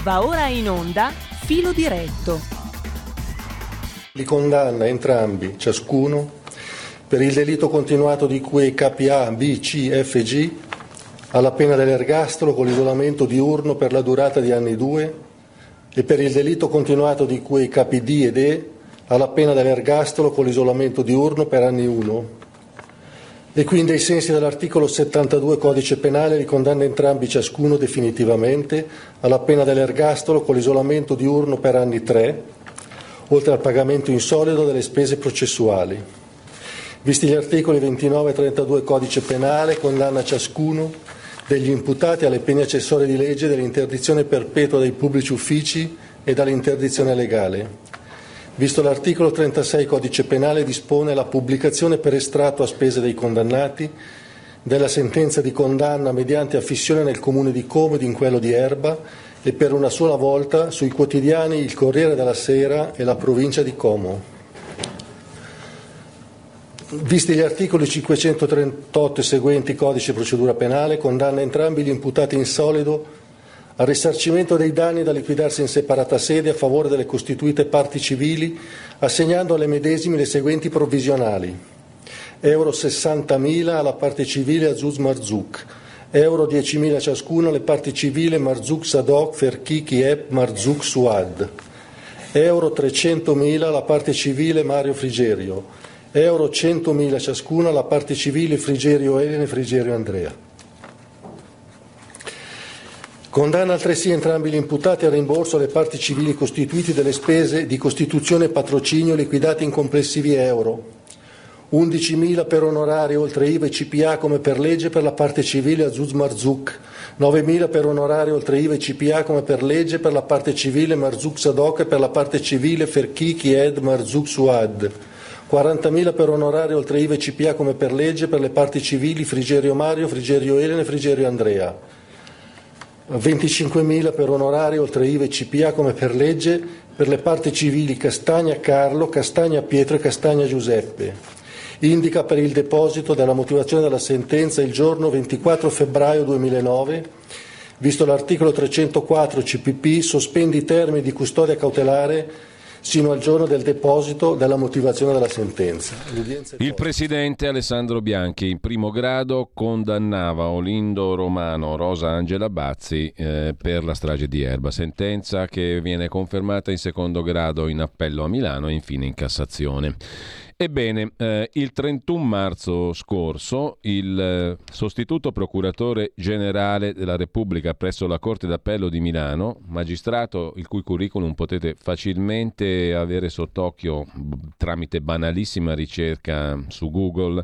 Va ora in onda Filo Diretto. Li condanna entrambi, ciascuno, per il delitto continuato di cui ai capi A, B, C, F e G, alla pena dell'ergastolo con l'isolamento diurno per la durata di anni 2 e per il delitto continuato di cui ai capi D ed E, alla pena dell'ergastolo con l'isolamento diurno per anni 1. E quindi ai sensi dell'articolo 72 Codice Penale li condanna entrambi ciascuno definitivamente alla pena dell'ergastolo con l'isolamento diurno per anni 3, oltre al pagamento in solido delle spese processuali. Visti gli articoli 29 e 32 Codice Penale, condanna ciascuno degli imputati alle pene accessorie di legge dell'interdizione perpetua dai pubblici uffici e dall'interdizione legale. Visto l'articolo 36 Codice Penale, dispone la pubblicazione per estratto a spese dei condannati della sentenza di condanna mediante affissione nel comune di Como ed in quello di Erba e per una sola volta sui quotidiani Il Corriere della Sera e la provincia di Como. Visti gli articoli 538 e seguenti Codice Procedura Penale, condanna entrambi gli imputati in solido al risarcimento dei danni da liquidarsi in separata sede a favore delle costituite parti civili, assegnando alle medesime le seguenti provvisionali: euro 60.000 alla parte civile Azuz Marzouk, euro 10.000 ciascuno alle parti civili Marzouk Sadok, Ferkiki Ep, Marzouk Suad, euro 300.000 alla parte civile Mario Frigerio, euro 100.000 ciascuno alla parte civile Frigerio Elena e Frigerio Andrea. Condanna altresì entrambi gli imputati al rimborso alle parti civili costituiti delle spese di costituzione e patrocinio liquidate in complessivi euro: 11.000 per onorari oltre IVA e CPA come per legge per la parte civile Azuz Marzouk, 9.000 per onorari oltre IVA e CPA come per legge per la parte civile Marzouk Sadok e per la parte civile Ferkiki Ed Marzouk Suad, 40.000 per onorari oltre IVA e CPA come per legge per le parti civili Frigerio Mario, Frigerio Elena e Frigerio Andrea, 25.000 per onorari oltre IVA e CPA come per legge per le parti civili Castagna Carlo, Castagna Pietro e Castagna Giuseppe. Indica per il deposito della motivazione della sentenza il giorno 24 febbraio 2009, visto l'articolo 304 CPP, sospende i termini di custodia cautelare sino al giorno del deposito della motivazione della sentenza. Il presidente Alessandro Bianchi, in primo grado, condannava Olindo Romano, Rosa Angela Bazzi per la strage di Erba, sentenza che viene confermata in secondo grado in appello a Milano e infine in Cassazione. Ebbene, il 31 marzo scorso il sostituto procuratore generale della Repubblica presso la Corte d'Appello di Milano, magistrato il cui curriculum potete facilmente avere sott'occhio tramite banalissima ricerca su Google,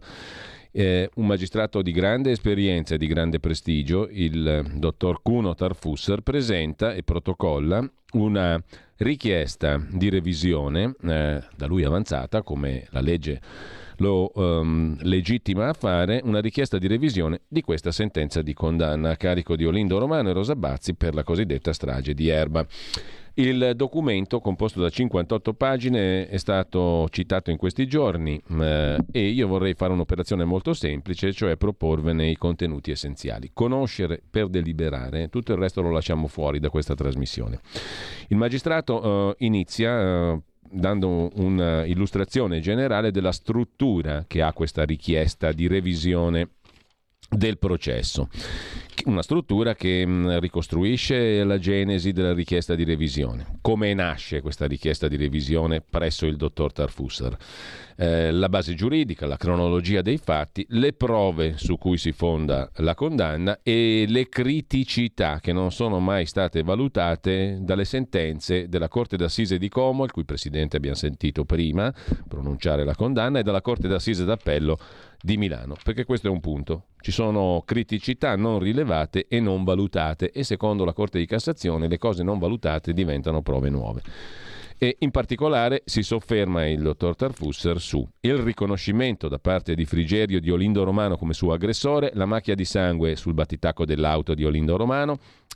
un magistrato di grande esperienza e di grande prestigio, il dottor Kuno Tarfusser, presenta e protocolla una richiesta di revisione da lui avanzata, come la legge lo legittima a fare, una richiesta di revisione di questa sentenza di condanna a carico di Olindo Romano e Rosa Bazzi per la cosiddetta strage di Erba. Il documento, composto da 58 pagine, è stato citato in questi giorni e io vorrei fare un'operazione molto semplice, cioè proporvene i contenuti essenziali. Conoscere per deliberare, tutto il resto lo lasciamo fuori da questa trasmissione. Il magistrato inizia dando un'illustrazione generale della struttura che ha questa richiesta di revisione del processo. Una struttura che ricostruisce la genesi della richiesta di revisione. Come nasce questa richiesta di revisione presso il dottor Tarfusser? La base giuridica, la cronologia dei fatti, le prove su cui si fonda la condanna e le criticità che non sono mai state valutate dalle sentenze della Corte d'Assise di Como, il cui presidente abbiamo sentito prima pronunciare la condanna, e dalla Corte d'Assise d'Appello di Milano, perché questo è un punto. Ci sono criticità non rilevate e non valutate e secondo la Corte di Cassazione le cose non valutate diventano prove nuove. E in particolare si sofferma il dottor Tarfusser su il riconoscimento da parte di Frigerio di Olindo Romano come suo aggressore, la macchia di sangue sul battitacco dell'auto di Olindo Romano,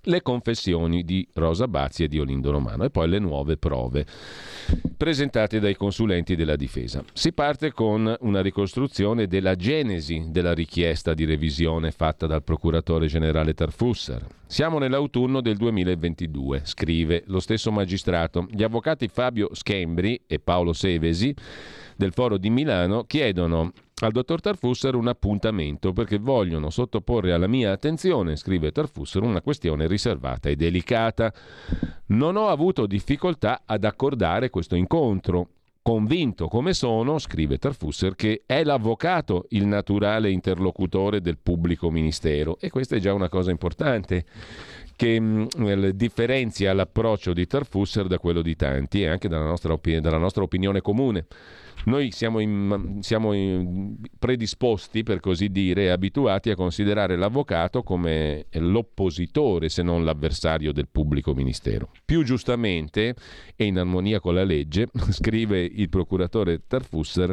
le confessioni di Rosa Bazzi e di Olindo Romano e poi le nuove prove presentate dai consulenti della difesa. Si parte con una ricostruzione della genesi della richiesta di revisione fatta dal procuratore generale Tarfusser. Siamo nell'autunno del 2022, scrive lo stesso magistrato. Gli avvocati Fabio Schembri e Paolo Sevesi del Foro di Milano chiedono al dottor Tarfusser un appuntamento perché vogliono sottoporre alla mia attenzione, scrive Tarfusser, una questione riservata e delicata. Non ho avuto difficoltà ad accordare questo incontro. Convinto come sono, scrive Tarfusser, che è l'avvocato il naturale interlocutore del pubblico ministero, e questa è già una cosa importante che differenzia l'approccio di Tarfusser da quello di tanti e anche dalla nostra opinione comune. Noi siamo predisposti, per così dire, abituati a considerare l'avvocato come l'oppositore, se non l'avversario del pubblico ministero. Più giustamente, e in armonia con la legge, scrive il procuratore Tarfusser,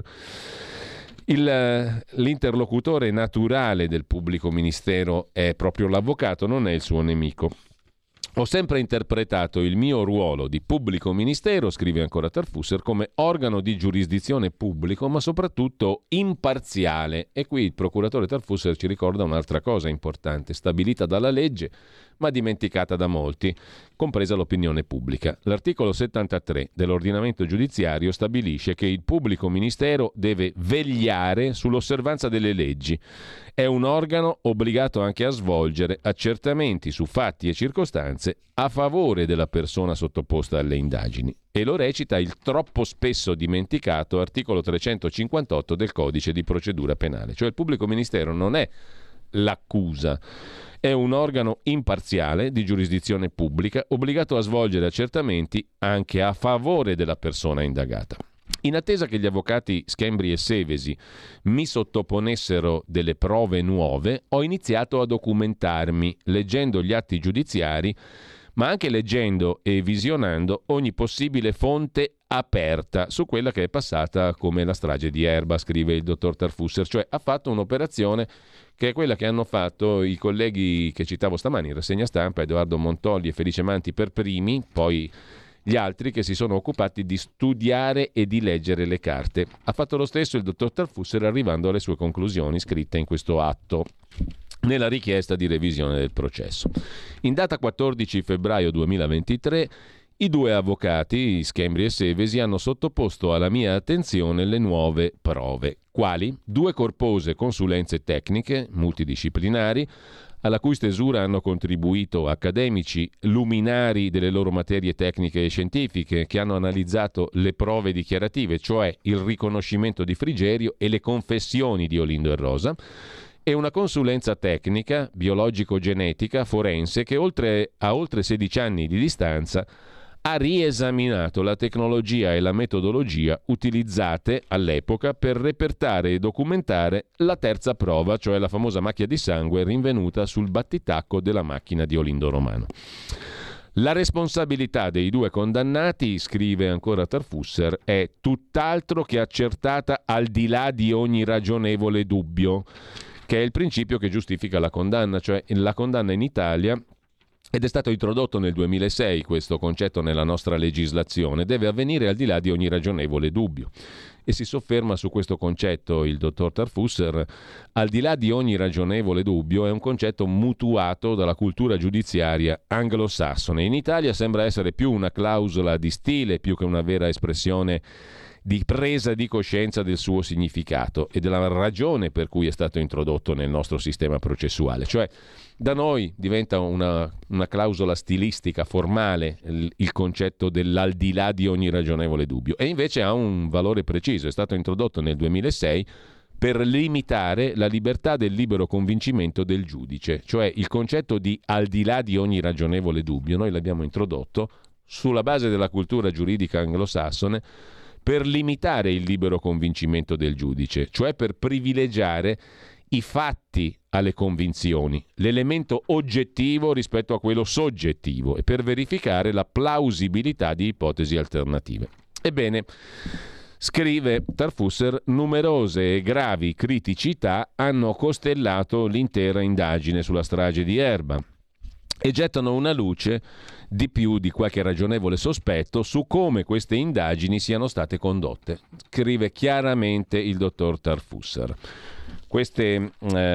l'interlocutore naturale del pubblico ministero è proprio l'avvocato, non è il suo nemico. Ho sempre interpretato il mio ruolo di pubblico ministero, scrive ancora Tarfusser, come organo di giurisdizione pubblico, ma soprattutto imparziale. E qui il procuratore Tarfusser ci ricorda un'altra cosa importante, stabilita dalla legge, ma dimenticata da molti, compresa l'opinione pubblica. L'articolo 73 dell'ordinamento giudiziario stabilisce che il pubblico ministero deve vegliare sull'osservanza delle leggi. È un organo obbligato anche a svolgere accertamenti su fatti e circostanze a favore della persona sottoposta alle indagini. E lo recita il troppo spesso dimenticato articolo 358 del Codice di procedura penale. Cioè il pubblico ministero non è l'accusa, è un organo imparziale di giurisdizione pubblica obbligato a svolgere accertamenti anche a favore della persona indagata. In attesa che gli avvocati Schembri e Sevesi mi sottoponessero delle prove nuove, ho iniziato a documentarmi, leggendo gli atti giudiziari, ma anche leggendo e visionando ogni possibile fonte aperta su quella che è passata come la strage di Erba, scrive il dottor Tarfusser. Cioè ha fatto un'operazione che è quella che hanno fatto i colleghi che citavo stamani in rassegna stampa, Edoardo Montolli e Felice Manti per primi, poi gli altri che si sono occupati di studiare e di leggere le carte. Ha fatto lo stesso il dottor Tarfusser arrivando alle sue conclusioni scritte in questo atto nella richiesta di revisione del processo. In data 14 febbraio 2023 i due avvocati, Schembri e Sevesi, hanno sottoposto alla mia attenzione le nuove prove. Quali? 2 corpose consulenze tecniche multidisciplinari, alla cui stesura hanno contribuito accademici luminari delle loro materie tecniche e scientifiche che hanno analizzato le prove dichiarative, cioè il riconoscimento di Frigerio e le confessioni di Olindo e Rosa, e una consulenza tecnica, biologico-genetica, forense, che a oltre 16 anni di distanza ha riesaminato la tecnologia e la metodologia utilizzate all'epoca per repertare e documentare la terza prova, cioè la famosa macchia di sangue rinvenuta sul battitacco della macchina di Olindo Romano. La responsabilità dei 2 condannati, scrive ancora Tarfusser, è tutt'altro che accertata al di là di ogni ragionevole dubbio, che è il principio che giustifica la condanna, cioè la condanna in Italia. Ed è stato introdotto nel 2006 questo concetto nella nostra legislazione, deve avvenire al di là di ogni ragionevole dubbio. E si sofferma su questo concetto il dottor Tarfusser. Al di là di ogni ragionevole dubbio è un concetto mutuato dalla cultura giudiziaria anglosassone. In Italia sembra essere più una clausola di stile più che una vera espressione di presa di coscienza del suo significato e della ragione per cui è stato introdotto nel nostro sistema processuale. Cioè, da noi diventa una clausola stilistica, formale, il concetto dell'al di là di ogni ragionevole dubbio, e invece ha un valore preciso. È stato introdotto nel 2006 per limitare la libertà del libero convincimento del giudice, cioè il concetto di al di là di ogni ragionevole dubbio. Noi l'abbiamo introdotto sulla base della cultura giuridica anglosassone per limitare il libero convincimento del giudice, cioè per privilegiare i fatti alle convinzioni, l'elemento oggettivo rispetto a quello soggettivo, e per verificare la plausibilità di ipotesi alternative. Ebbene, scrive Tarfusser, numerose e gravi criticità hanno costellato l'intera indagine sulla strage di Erba. e gettano una luce di più di qualche ragionevole sospetto su come queste indagini siano state condotte. Scrive chiaramente il dottor Tarfusser. Queste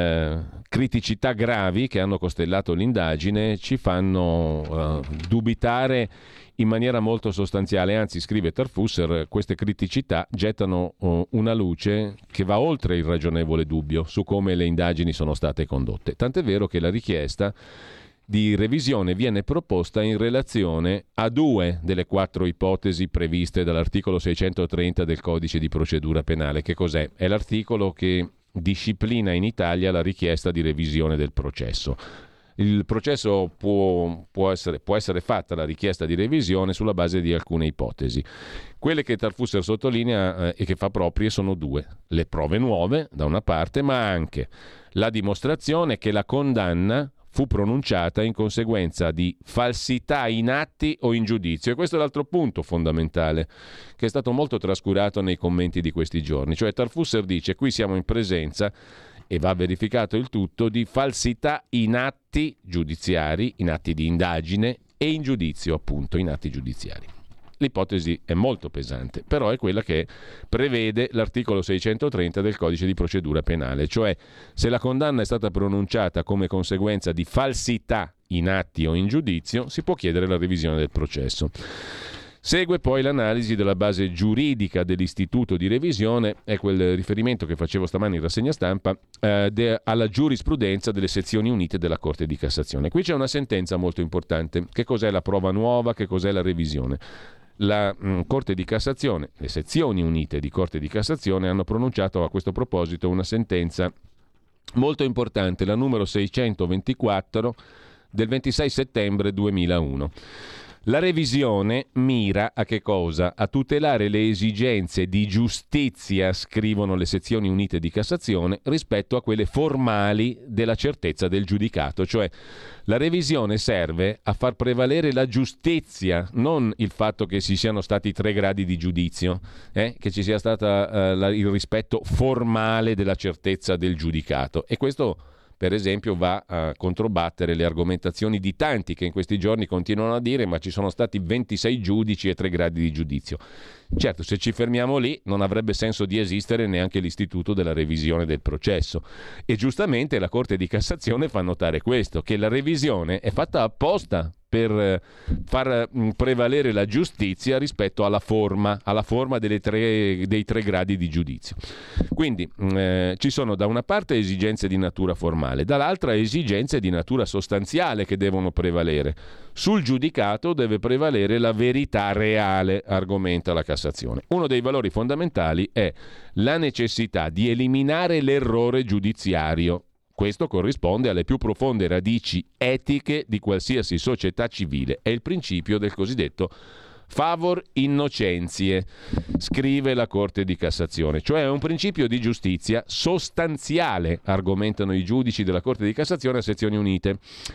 criticità gravi che hanno costellato l'indagine ci fanno dubitare in maniera molto sostanziale, anzi, scrive Tarfusser, queste criticità gettano una luce che va oltre il ragionevole dubbio su come le indagini sono state condotte. Tant'è vero che la richiesta di revisione viene proposta in relazione a 2 delle 4 ipotesi previste dall'articolo 630 del Codice di procedura penale. Che cos'è? È l'articolo che disciplina in Italia la richiesta di revisione del processo. Il processo può essere fatta la richiesta di revisione sulla base di alcune ipotesi. Quelle che Tarfusser sottolinea e che fa proprie sono 2. Le prove nuove, da una parte, ma anche la dimostrazione che la condanna fu pronunciata in conseguenza di falsità in atti o in giudizio. E questo è l'altro punto fondamentale che è stato molto trascurato nei commenti di questi giorni. Cioè Tarfusser dice: qui siamo in presenza, e va verificato il tutto, di falsità in atti giudiziari, in atti di indagine e in giudizio, appunto, in atti giudiziari. L'ipotesi è molto pesante, però è quella che prevede l'articolo 630 del Codice di procedura penale, cioè se la condanna è stata pronunciata come conseguenza di falsità in atti o in giudizio, si può chiedere la revisione del processo. Segue poi l'analisi della base giuridica dell'istituto di revisione, è quel riferimento che facevo stamani in rassegna stampa, alla giurisprudenza delle sezioni unite della Corte di Cassazione. Qui c'è una sentenza molto importante. Che cos'è la prova nuova? Che cos'è la revisione? La Corte di Cassazione, le sezioni unite di Corte di Cassazione hanno pronunciato a questo proposito una sentenza molto importante, la numero 624 del 26 settembre 2001. La revisione mira a che cosa? A tutelare le esigenze di giustizia, scrivono le sezioni unite di Cassazione, rispetto a quelle formali della certezza del giudicato. Cioè la revisione serve a far prevalere la giustizia, non il fatto che ci siano stati 3 gradi di giudizio, che ci sia stato il rispetto formale della certezza del giudicato. E questo, per esempio, va a controbattere le argomentazioni di tanti che in questi giorni continuano a dire: ma ci sono stati 26 giudici e 3 gradi di giudizio. Certo, se ci fermiamo lì non avrebbe senso di esistere neanche l'istituto della revisione del processo. E giustamente la Corte di Cassazione fa notare questo, che la revisione è fatta apposta per far prevalere la giustizia rispetto alla forma dei 3 gradi di giudizio. Quindi ci sono da una parte esigenze di natura formale, dall'altra esigenze di natura sostanziale che devono prevalere. Sul giudicato deve prevalere la verità reale, argomenta la Cassazione. Uno dei valori fondamentali è la necessità di eliminare l'errore giudiziario. Questo corrisponde alle più profonde radici etiche di qualsiasi società civile. È il principio del cosiddetto favor innocentiae, scrive la Corte di Cassazione. Cioè è un principio di giustizia sostanziale, argomentano i giudici della Corte di Cassazione a sezioni unite.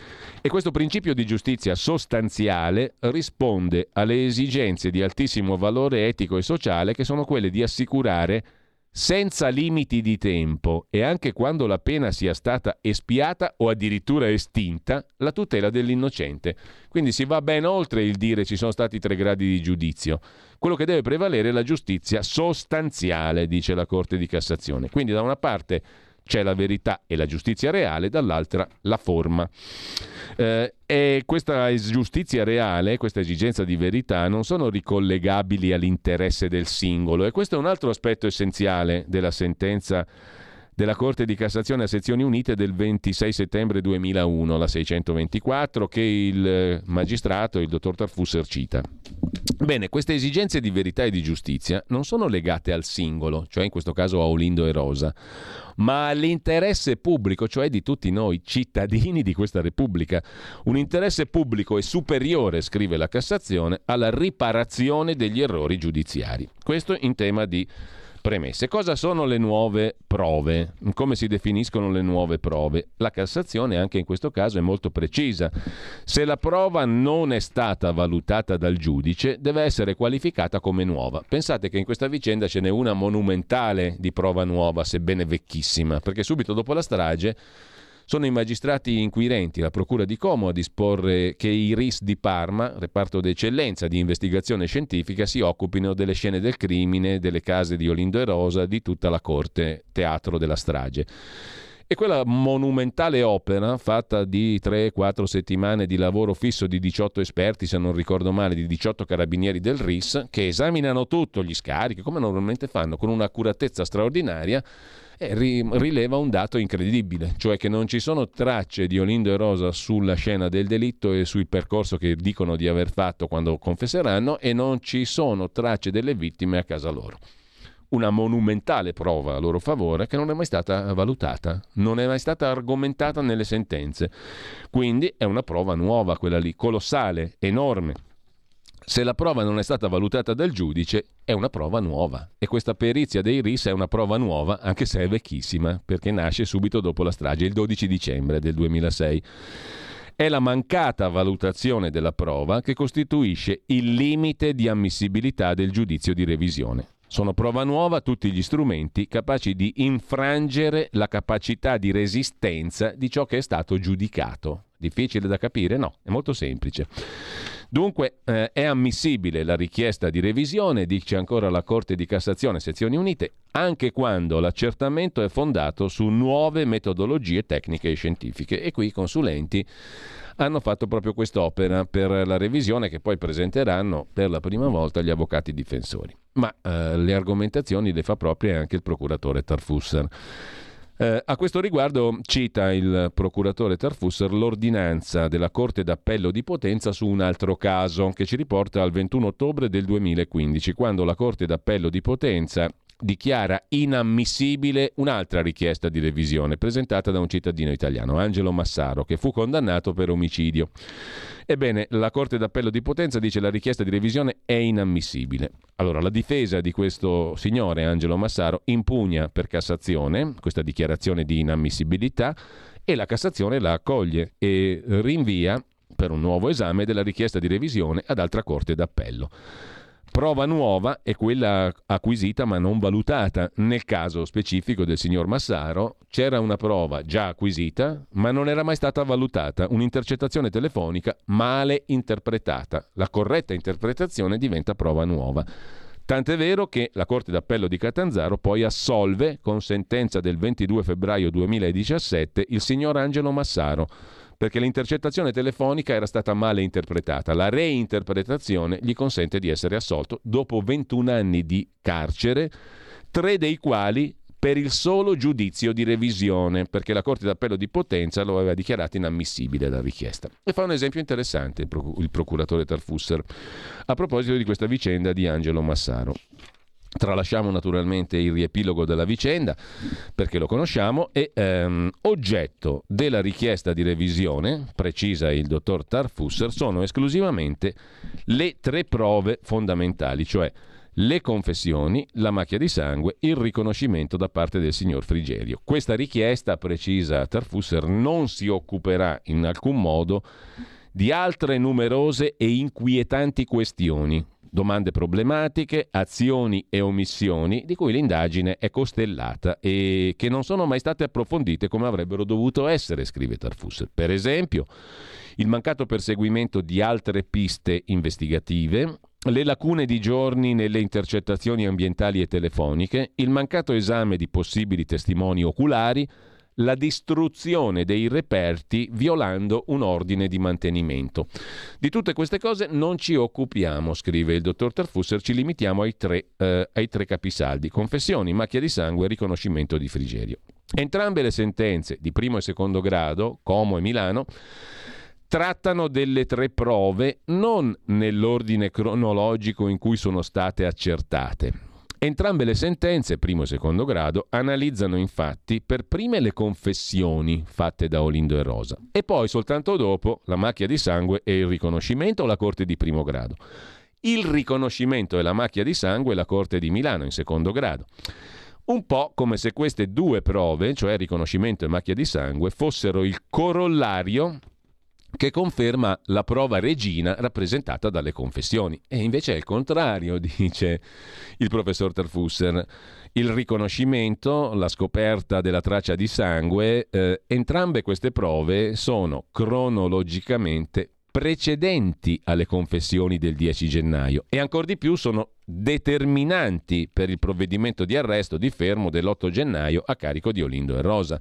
E questo principio di giustizia sostanziale risponde alle esigenze di altissimo valore etico e sociale, che sono quelle di assicurare, senza limiti di tempo e anche quando la pena sia stata espiata o addirittura estinta, la tutela dell'innocente. Quindi si va ben oltre il dire ci sono stati 3 gradi di giudizio. Quello che deve prevalere è la giustizia sostanziale, dice la Corte di Cassazione. Quindi da una parte c'è la verità e la giustizia reale, dall'altra la forma. E questa giustizia reale, questa esigenza di verità, non sono ricollegabili all'interesse del singolo. E questo è un altro aspetto essenziale della sentenza della Corte di Cassazione a sezioni unite del 26 settembre 2001, la 624, che il magistrato, il dottor Tarfusser, cita. Bene, queste esigenze di verità e di giustizia non sono legate al singolo, cioè in questo caso a Olindo e Rosa, ma all'interesse pubblico, cioè di tutti noi cittadini di questa Repubblica. Un interesse pubblico è superiore, scrive la Cassazione, alla riparazione degli errori giudiziari. Questo in tema di premesse. Cosa sono le nuove prove? Come si definiscono le nuove prove? La Cassazione anche in questo caso è molto precisa. Se la prova non è stata valutata dal giudice, deve essere qualificata come nuova. Pensate che in questa vicenda ce n'è una monumentale di prova nuova, sebbene vecchissima, perché subito dopo la strage Sono i magistrati inquirenti, la Procura di Como, a disporre che i RIS di Parma, reparto d'eccellenza di investigazione scientifica, si occupino delle scene del crimine, delle case di Olindo e Rosa, di tutta la corte teatro della strage. E quella monumentale opera, fatta di 3-4 settimane di lavoro fisso di 18 esperti, se non ricordo male, di 18 carabinieri del RIS, che esaminano tutto, gli scarichi, come normalmente fanno, con un'accuratezza straordinaria, rileva un dato incredibile, cioè che non ci sono tracce di Olindo e Rosa sulla scena del delitto e sul percorso che dicono di aver fatto quando confesseranno, e non ci sono tracce delle vittime a casa loro. Una monumentale prova a loro favore che non è mai stata valutata, non è mai stata argomentata nelle sentenze. Quindi è una prova nuova quella lì, colossale, enorme. Se la prova non è stata valutata dal giudice, è una prova nuova. E questa perizia dei RIS è una prova nuova, anche se è vecchissima, perché nasce subito dopo la strage, il 12 dicembre del 2006. È la mancata valutazione della prova che costituisce il limite di ammissibilità del giudizio di revisione. Sono prova nuova tutti gli strumenti capaci di infrangere la capacità di resistenza di ciò che è stato giudicato. Difficile da capire? No, è molto semplice. Dunque è ammissibile la richiesta di revisione, dice ancora la Corte di Cassazione, sezioni unite, anche quando l'accertamento è fondato su nuove metodologie tecniche e scientifiche. E qui i consulenti hanno fatto proprio quest'opera per la revisione che poi presenteranno per la prima volta gli avvocati difensori. Ma le argomentazioni le fa proprie anche il procuratore Tarfusser. A questo riguardo cita il procuratore Tarfusser l'ordinanza della Corte d'Appello di Potenza su un altro caso che ci riporta al 21 ottobre del 2015, quando la Corte d'Appello di Potenza dichiara inammissibile un'altra richiesta di revisione presentata da un cittadino italiano, Angelo Massaro, che fu condannato per omicidio. Ebbene, la Corte d'Appello di Potenza dice che la richiesta di revisione è inammissibile. Allora, la difesa di questo signore, Angelo Massaro, impugna per Cassazione questa dichiarazione di inammissibilità e la Cassazione la accoglie e rinvia per un nuovo esame della richiesta di revisione ad altra Corte d'Appello. Prova nuova è quella acquisita ma non valutata. Nel caso specifico del signor Massaro c'era una prova già acquisita ma non era mai stata valutata, un'intercettazione telefonica male interpretata. La corretta interpretazione diventa prova nuova. Tant'è vero che la Corte d'Appello di Catanzaro poi assolve con sentenza del 22 febbraio 2017 il signor Angelo Massaro, perché l'intercettazione telefonica era stata male interpretata. La reinterpretazione gli consente di essere assolto dopo 21 anni di carcere, 3 dei quali per il solo giudizio di revisione, perché la Corte d'Appello di Potenza lo aveva dichiarato inammissibile la richiesta. E fa un esempio interessante il procuratore Tarfusser a proposito di questa vicenda di Angelo Massaro. Tralasciamo naturalmente il riepilogo della vicenda perché lo conosciamo e oggetto della richiesta di revisione, precisa il dottor Tarfusser, sono esclusivamente le 3 prove fondamentali, cioè le confessioni, la macchia di sangue, il riconoscimento da parte del signor Frigerio. Questa richiesta, precisa Tarfusser, non si occuperà in alcun modo di altre numerose e inquietanti questioni, domande problematiche, azioni e omissioni di cui l'indagine è costellata e che non sono mai state approfondite come avrebbero dovuto essere, scrive Tarfusser. Per esempio, il mancato perseguimento di altre piste investigative, le lacune di giorni nelle intercettazioni ambientali e telefoniche, il mancato esame di possibili testimoni oculari, la distruzione dei reperti violando un ordine di mantenimento. Di tutte queste cose non ci occupiamo, scrive il dottor Tarfusser, ci limitiamo ai tre capisaldi: confessioni, macchia di sangue e riconoscimento di Frigerio. Entrambe le sentenze di primo e secondo grado, Como e Milano, trattano delle 3 prove non nell'ordine cronologico in cui sono state accertate. Entrambe le sentenze, primo e secondo grado, analizzano infatti per prime le confessioni fatte da Olindo e Rosa e poi soltanto dopo la macchia di sangue e il riconoscimento o la Corte di primo grado. Il riconoscimento e la macchia di sangue la Corte di Milano in secondo grado. Un po' come se queste 2 prove, cioè riconoscimento e macchia di sangue, fossero il corollario che conferma la prova regina rappresentata dalle confessioni. E invece è il contrario, dice il professor Tarfusser. Il riconoscimento, la scoperta della traccia di sangue, entrambe queste prove sono cronologicamente precedenti alle confessioni del 10 gennaio e ancor di più sono determinanti per il provvedimento di arresto di fermo dell'8 gennaio a carico di Olindo e Rosa.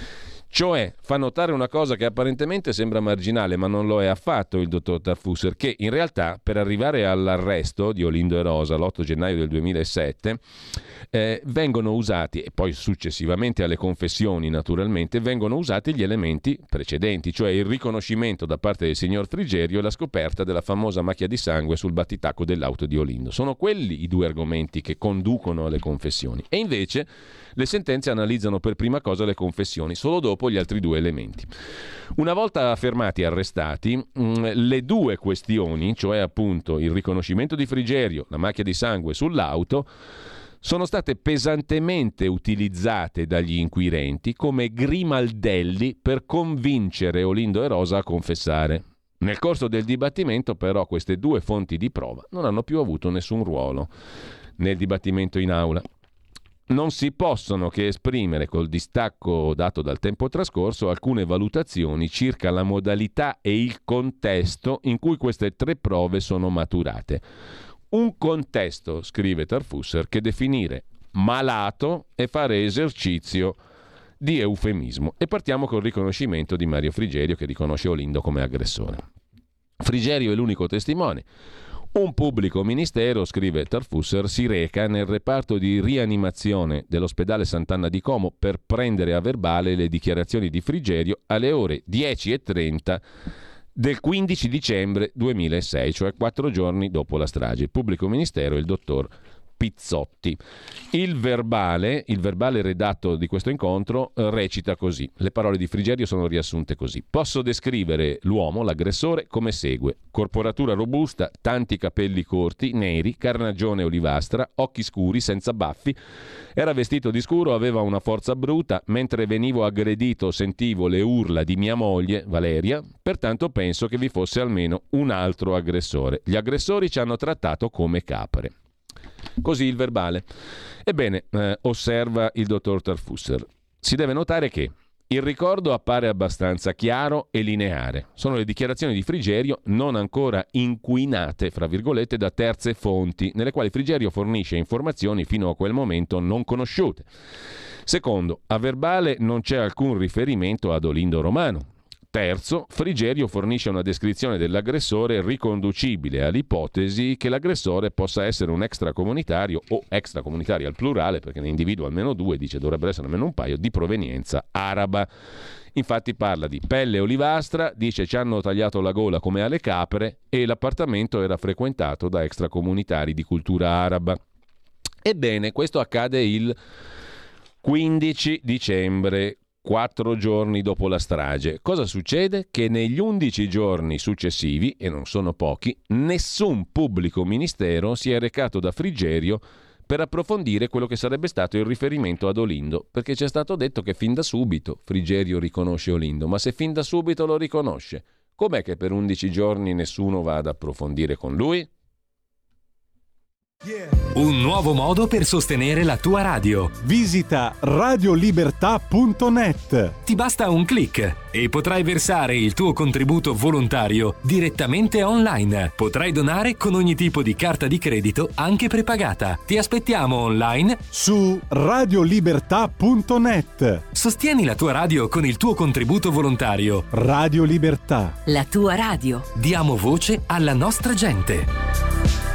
Cioè, fa notare una cosa che apparentemente sembra marginale, ma non lo è affatto il dottor Tarfusser, che in realtà per arrivare all'arresto di Olindo e Rosa l'8 gennaio del 2007 vengono usati, e poi successivamente alle confessioni naturalmente, vengono usati gli elementi precedenti, cioè il riconoscimento da parte del signor Frigerio e la scoperta della famosa macchia di sangue sul battitacco dell'auto di Olindo. Sono quelli i due argomenti che conducono alle confessioni. E invece le sentenze analizzano per prima cosa le confessioni, solo dopo gli altri due elementi. Una volta fermati e arrestati, le due questioni, cioè appunto il riconoscimento di Frigerio, la macchia di sangue sull'auto, sono state pesantemente utilizzate dagli inquirenti come grimaldelli per convincere Olindo e Rosa a confessare. Nel corso del dibattimento, però, queste due fonti di prova non hanno più avuto nessun ruolo nel dibattimento in aula. Non si possono che esprimere, col distacco dato dal tempo trascorso, alcune valutazioni circa la modalità e il contesto in cui queste tre prove sono maturate. Un contesto, scrive Tarfusser, che definire malato è fare esercizio di eufemismo. E partiamo col riconoscimento di Mario Frigerio, che riconosce Olindo come aggressore. Frigerio è l'unico testimone. Un pubblico ministero, scrive Tarfusser, si reca nel reparto di rianimazione dell'ospedale Sant'Anna di Como per prendere a verbale le dichiarazioni di Frigerio alle ore 10:30 del 15 dicembre 2006, cioè 4 giorni dopo la strage. Il pubblico ministero è il dottor Pizzotti. Il verbale redatto di questo incontro recita così. Le parole di Frigerio sono riassunte così. Posso descrivere l'uomo, l'aggressore, come segue. Corporatura robusta, tanti capelli corti, neri, carnagione olivastra, occhi scuri, senza baffi. Era vestito di scuro, aveva una forza bruta. Mentre venivo aggredito sentivo le urla di mia moglie, Valeria. Pertanto penso che vi fosse almeno un altro aggressore. Gli aggressori ci hanno trattato come capre. Così il verbale. Ebbene, osserva il dottor Tarfusser, si deve notare che il ricordo appare abbastanza chiaro e lineare. Sono le dichiarazioni di Frigerio non ancora inquinate, fra virgolette, da terze fonti, nelle quali Frigerio fornisce informazioni fino a quel momento non conosciute. Secondo, a verbale non c'è alcun riferimento ad Olindo Romano. Terzo, Frigerio fornisce una descrizione dell'aggressore riconducibile all'ipotesi che l'aggressore possa essere un extracomunitario o extracomunitario al plurale, perché ne individua almeno due, dice dovrebbero essere almeno un paio, di provenienza araba. Infatti parla di pelle olivastra, dice ci hanno tagliato la gola come alle capre e l'appartamento era frequentato da extracomunitari di cultura araba. Ebbene, questo accade il 15 dicembre, 4 giorni dopo la strage. Cosa succede? Che negli 11 giorni successivi, e non sono pochi, nessun pubblico ministero si è recato da Frigerio per approfondire quello che sarebbe stato il riferimento ad Olindo, perché ci è stato detto che fin da subito Frigerio riconosce Olindo, ma se fin da subito lo riconosce, com'è che per 11 giorni nessuno va ad approfondire con lui? Un nuovo modo per sostenere la tua radio. Visita radiolibertà.net. Ti basta un click e potrai versare il tuo contributo volontario direttamente online. Potrai donare con ogni tipo di carta di credito, anche prepagata. Ti aspettiamo online su radiolibertà.net. Sostieni la tua radio con il tuo contributo volontario. Radio Libertà. La tua radio. Diamo voce alla nostra gente.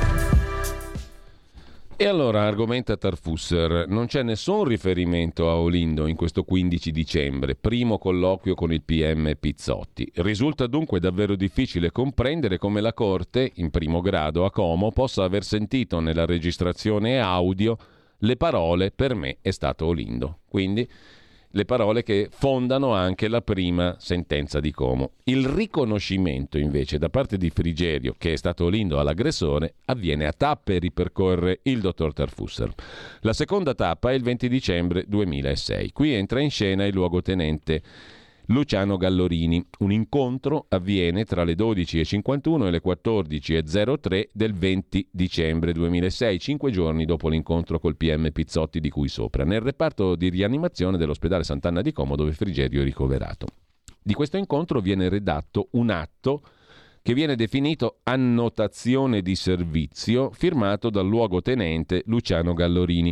E allora, argomenta Tarfusser, non c'è nessun riferimento a Olindo in questo 15 dicembre, primo colloquio con il PM Pizzotti. Risulta dunque davvero difficile comprendere come la Corte, in primo grado a Como, possa aver sentito nella registrazione audio le parole "per me è stato Olindo". Quindi le parole che fondano anche la prima sentenza di Como. Il riconoscimento invece da parte di Frigerio che è stato Olindo all'aggressore avviene a tappe, ripercorre il dottor Tarfusser. La seconda tappa è il 20 dicembre 2006. Qui entra in scena il luogotenente Luciano Gallorini. Un incontro avviene tra le 12:51 e le 14:03 del 20 dicembre 2006, 5 giorni dopo l'incontro col PM Pizzotti di cui sopra, nel reparto di rianimazione dell'ospedale Sant'Anna di Como, dove Frigerio è ricoverato. Di questo incontro viene redatto un atto che viene definito annotazione di servizio, firmato dal luogotenente Luciano Gallorini.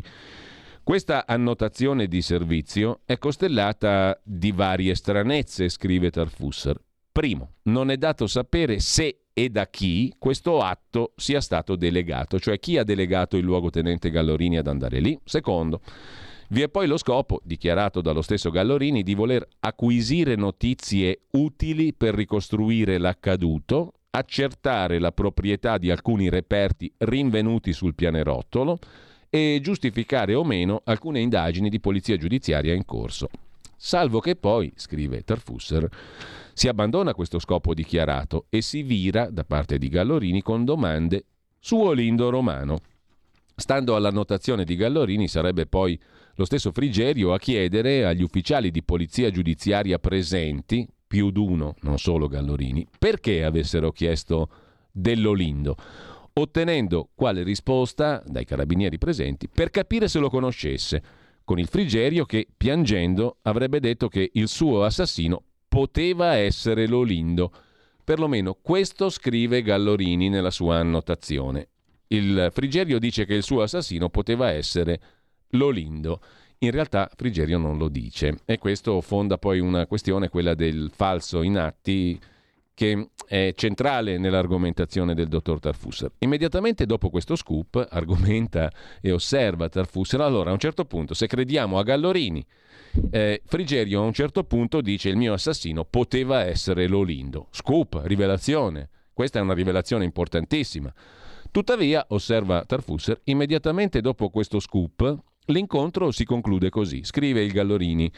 Questa annotazione di servizio è costellata di varie stranezze, scrive Tarfusser. Primo, non è dato sapere se e da chi questo atto sia stato delegato, cioè chi ha delegato il luogotenente Gallorini ad andare lì. Secondo, vi è poi lo scopo, dichiarato dallo stesso Gallorini, di voler acquisire notizie utili per ricostruire l'accaduto, accertare la proprietà di alcuni reperti rinvenuti sul pianerottolo e giustificare o meno alcune indagini di polizia giudiziaria in corso. Salvo che poi, scrive Tarfusser, si abbandona questo scopo dichiarato e si vira, da parte di Gallorini, con domande su Olindo Romano. Stando alla notazione di Gallorini, sarebbe poi lo stesso Frigerio a chiedere agli ufficiali di polizia giudiziaria presenti, più d'uno, non solo Gallorini, perché avessero chiesto dell'Olindo, ottenendo quale risposta dai carabinieri presenti per capire se lo conoscesse, con il Frigerio che, piangendo, avrebbe detto che il suo assassino poteva essere l'Olindo. Perlomeno questo scrive Gallorini nella sua annotazione. Il Frigerio dice che il suo assassino poteva essere l'Olindo. In realtà Frigerio non lo dice, e questo fonda poi una questione, quella del falso in atti, che è centrale nell'argomentazione del dottor Tarfusser. Immediatamente dopo questo scoop argomenta e osserva Tarfusser: allora a un certo punto, se crediamo a Gallorini, Frigerio a un certo punto dice il mio assassino poteva essere l'Olindo. Scoop, rivelazione, questa è una rivelazione importantissima. Tuttavia, osserva Tarfusser, immediatamente dopo questo scoop l'incontro si conclude così, scrive il Gallorini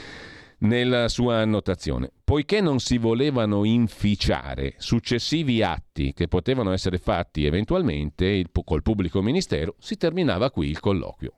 nella sua annotazione: poiché non si volevano inficiare successivi atti che potevano essere fatti eventualmente col pubblico ministero, si terminava qui il colloquio.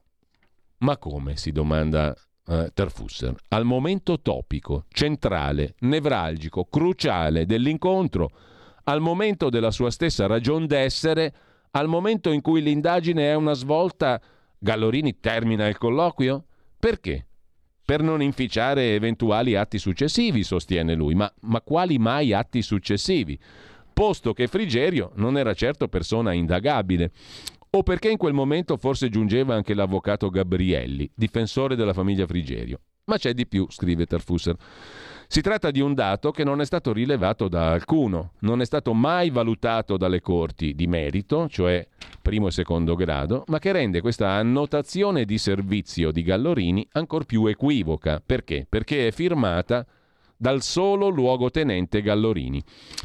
Ma come, si domanda Tarfusser, al momento topico, centrale, nevralgico, cruciale dell'incontro, al momento della sua stessa ragion d'essere, al momento in cui l'indagine è una svolta, Gallorini termina il colloquio? Perché? Per non inficiare eventuali atti successivi, sostiene lui. Ma quali mai atti successivi? Posto che Frigerio non era certo persona indagabile. O perché in quel momento forse giungeva anche l'avvocato Gabrielli, difensore della famiglia Frigerio. Ma c'è di più, scrive Tarfusser. Si tratta di un dato che non è stato rilevato da alcuno, non è stato mai valutato dalle corti di merito, cioè primo e secondo grado, ma che rende questa annotazione di servizio di Gallorini ancor più equivoca. Perché? Perché è firmata dal solo luogotenente Gallorini.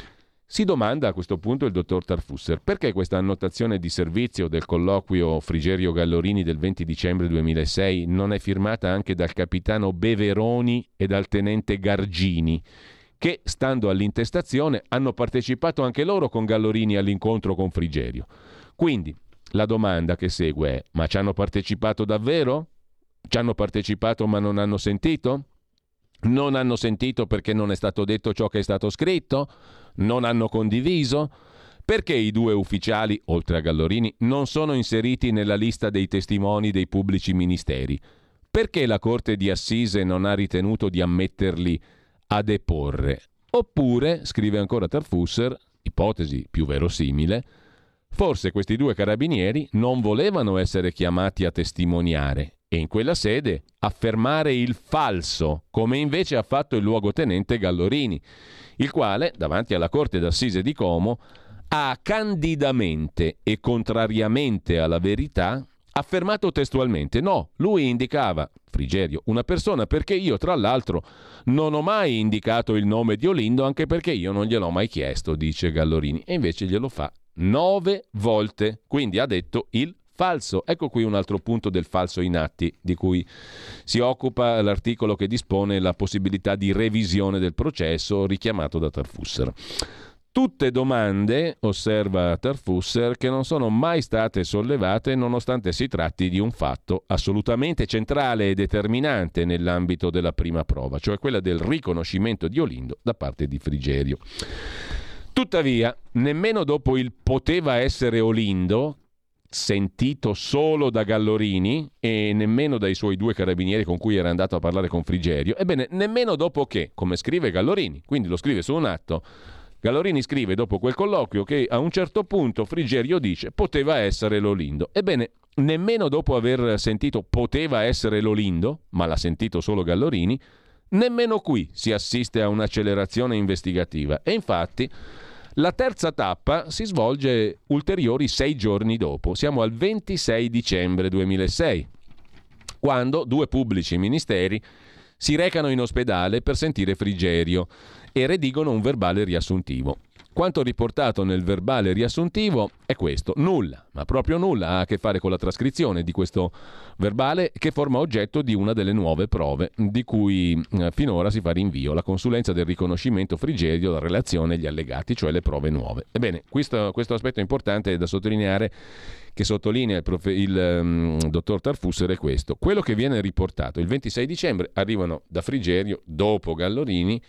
Si domanda a questo punto il dottor Tarfusser: perché questa annotazione di servizio del colloquio Frigerio-Gallorini del 20 dicembre 2006 non è firmata anche dal capitano Beveroni e dal tenente Gargini, che, stando all'intestazione, hanno partecipato anche loro con Gallorini all'incontro con Frigerio? Quindi la domanda che segue è: ma ci hanno partecipato davvero? Ci hanno partecipato ma non hanno sentito? Non hanno sentito perché non è stato detto ciò che è stato scritto? Non hanno condiviso? Perché i due ufficiali, oltre a Gallorini, non sono inseriti nella lista dei testimoni dei pubblici ministeri? Perché la Corte di Assise non ha ritenuto di ammetterli a deporre? Oppure, scrive ancora Tarfusser, ipotesi più verosimile, forse questi due carabinieri non volevano essere chiamati a testimoniare e in quella sede affermare il falso, come invece ha fatto il luogotenente Gallorini, il quale, davanti alla Corte d'Assise di Como, ha candidamente e contrariamente alla verità affermato testualmente: no, lui indicava, Frigerio, una persona, perché io tra l'altro non ho mai indicato il nome di Olindo, anche perché io non gliel'ho mai chiesto, dice Gallorini, e invece glielo fa 9 volte, quindi ha detto il falso. Ecco qui un altro punto del falso in atti, di cui si occupa l'articolo che dispone la possibilità di revisione del processo richiamato da Tarfusser. Tutte domande, osserva Tarfusser, che non sono mai state sollevate nonostante si tratti di un fatto assolutamente centrale e determinante nell'ambito della prima prova, cioè quella del riconoscimento di Olindo da parte di Frigerio. Tuttavia, nemmeno dopo il poteva essere Olindo, sentito solo da Gallorini e nemmeno dai suoi 2 carabinieri con cui era andato a parlare con Frigerio, ebbene, nemmeno dopo che, come scrive Gallorini, quindi lo scrive su un atto, Gallorini scrive dopo quel colloquio che a un certo punto Frigerio dice poteva essere l'Olindo. Ebbene, nemmeno dopo aver sentito poteva essere l'Olindo, ma l'ha sentito solo Gallorini, nemmeno qui si assiste a un'accelerazione investigativa. E infatti la terza tappa si svolge ulteriori 6 giorni dopo. Siamo al 26 dicembre 2006, quando 2 pubblici ministeri si recano in ospedale per sentire Frigerio e redigono un verbale riassuntivo. Quanto riportato nel verbale riassuntivo è questo: nulla, ma proprio nulla ha a che fare con la trascrizione di questo verbale, che forma oggetto di una delle nuove prove di cui finora si fa rinvio, la consulenza del riconoscimento Frigerio, la relazione e gli allegati, cioè le prove nuove. Ebbene, questo aspetto importante da sottolineare, che sottolinea il dottor Tarfusser, è questo: quello che viene riportato il 26 dicembre arrivano da Frigerio, dopo Gallorini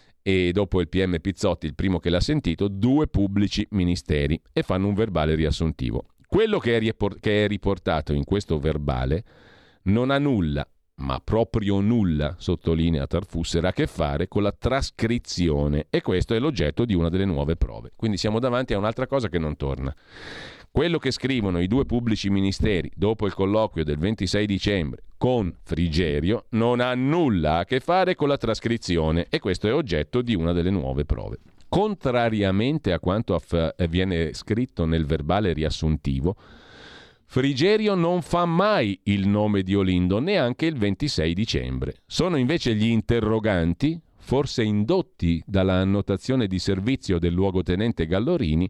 e dopo il PM Pizzotti, il primo che l'ha sentito, 2 pubblici ministeri, e fanno un verbale riassuntivo. Quello che è riportato in questo verbale non ha nulla, ma proprio nulla, sottolinea Tarfusser, a che fare con la trascrizione, e questo è l'oggetto di una delle nuove prove. Quindi siamo davanti a un'altra cosa che non torna. Quello che scrivono i 2 pubblici ministeri dopo il colloquio del 26 dicembre con Frigerio non ha nulla a che fare con la trascrizione, e questo è oggetto di una delle nuove prove. Contrariamente a quanto viene scritto nel verbale riassuntivo, Frigerio non fa mai il nome di Olindo, neanche il 26 dicembre. Sono invece gli interroganti, forse indotti dalla annotazione di servizio del luogotenente Gallorini,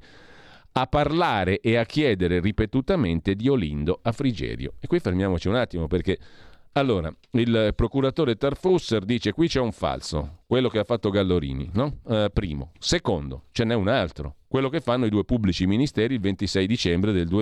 a parlare e a chiedere ripetutamente di Olindo a Frigerio. E qui fermiamoci un attimo, perché allora il procuratore Tarfusser dice: qui c'è un falso, quello che ha fatto Gallorini, no? Primo. Secondo, ce n'è un altro, quello che fanno i 2 pubblici ministeri il 26 dicembre del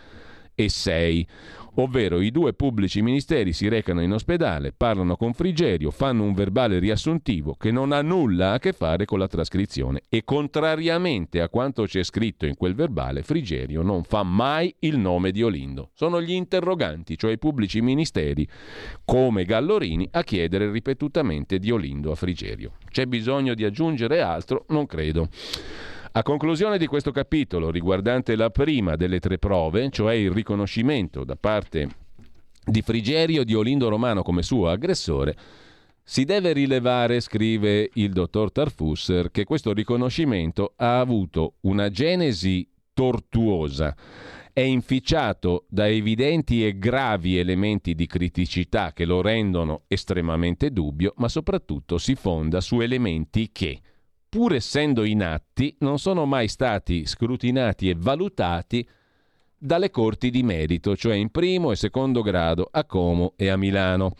2006, ovvero i 2 pubblici ministeri si recano in ospedale, parlano con Frigerio, fanno un verbale riassuntivo che non ha nulla a che fare con la trascrizione, e contrariamente a quanto c'è scritto in quel verbale, Frigerio non fa mai il nome di Olindo. Sono gli interroganti, cioè i pubblici ministeri, come Gallorini, a chiedere ripetutamente di Olindo a Frigerio. C'è bisogno di aggiungere altro? Non credo. A conclusione di questo capitolo, riguardante la prima delle 3 prove, cioè il riconoscimento da parte di Frigerio di Olindo Romano come suo aggressore, si deve rilevare, scrive il dottor Tarfusser, che questo riconoscimento ha avuto una genesi tortuosa, è inficiato da evidenti e gravi elementi di criticità che lo rendono estremamente dubbio, ma soprattutto si fonda su elementi che, pur essendo inatti, non sono mai stati scrutinati e valutati dalle corti di merito, cioè in primo e secondo grado a Como e a Milano.